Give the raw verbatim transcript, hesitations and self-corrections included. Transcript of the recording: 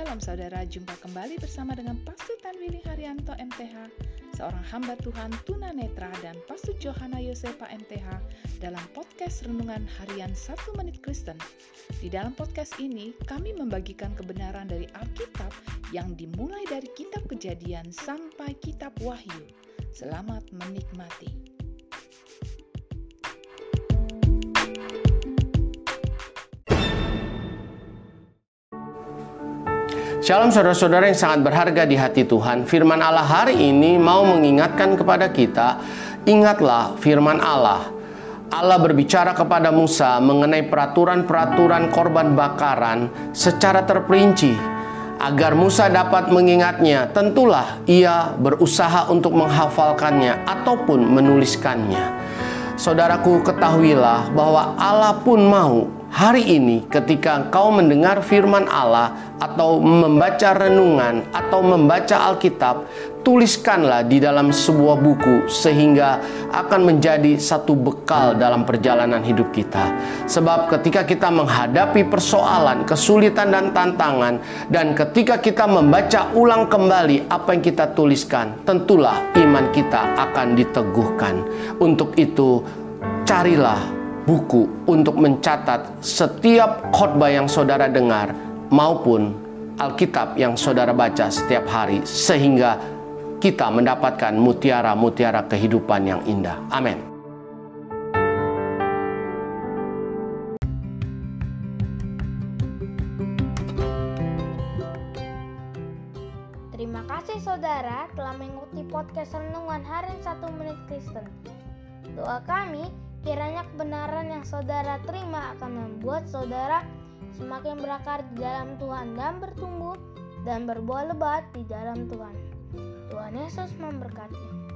Shalom saudara, jumpa kembali bersama dengan Pastor Tanwili Haryanto M T H, seorang hamba Tuhan tunanetra, dan Pastor Johana Yosepa M T H dalam podcast Renungan Harian satu Menit Kristen. Di dalam podcast ini, kami membagikan kebenaran dari Alkitab yang dimulai dari Kitab Kejadian sampai Kitab Wahyu. Selamat menikmati. Shalom saudara-saudara yang sangat berharga di hati Tuhan. Firman Allah hari ini mau mengingatkan kepada kita, ingatlah firman Allah. Allah berbicara kepada Musa mengenai peraturan-peraturan korban bakaran secara terperinci. Agar Musa dapat mengingatnya, tentulah ia berusaha untuk menghafalkannya ataupun menuliskannya. Saudaraku, ketahuilah bahwa Allah pun mau hari ini ketika engkau mendengar firman Allah atau membaca renungan atau membaca Alkitab, tuliskanlah di dalam sebuah buku sehingga akan menjadi satu bekal dalam perjalanan hidup kita. Sebab ketika kita menghadapi persoalan, kesulitan dan tantangan, dan ketika kita membaca ulang kembali apa yang kita tuliskan, tentulah iman kita akan diteguhkan. Untuk itu, carilah buku untuk mencatat setiap khotbah yang saudara dengar maupun Alkitab yang saudara baca setiap hari, sehingga kita mendapatkan mutiara-mutiara kehidupan yang indah. Amin. Terima kasih saudara telah mengikuti podcast Renungan Harian satu Menit Kristen. Doa kami, kiranya kebenaran yang saudara terima akan membuat saudara semakin berakar di dalam Tuhan dan bertumbuh dan berbuah lebat di dalam Tuhan. Tuhan Yesus memberkati.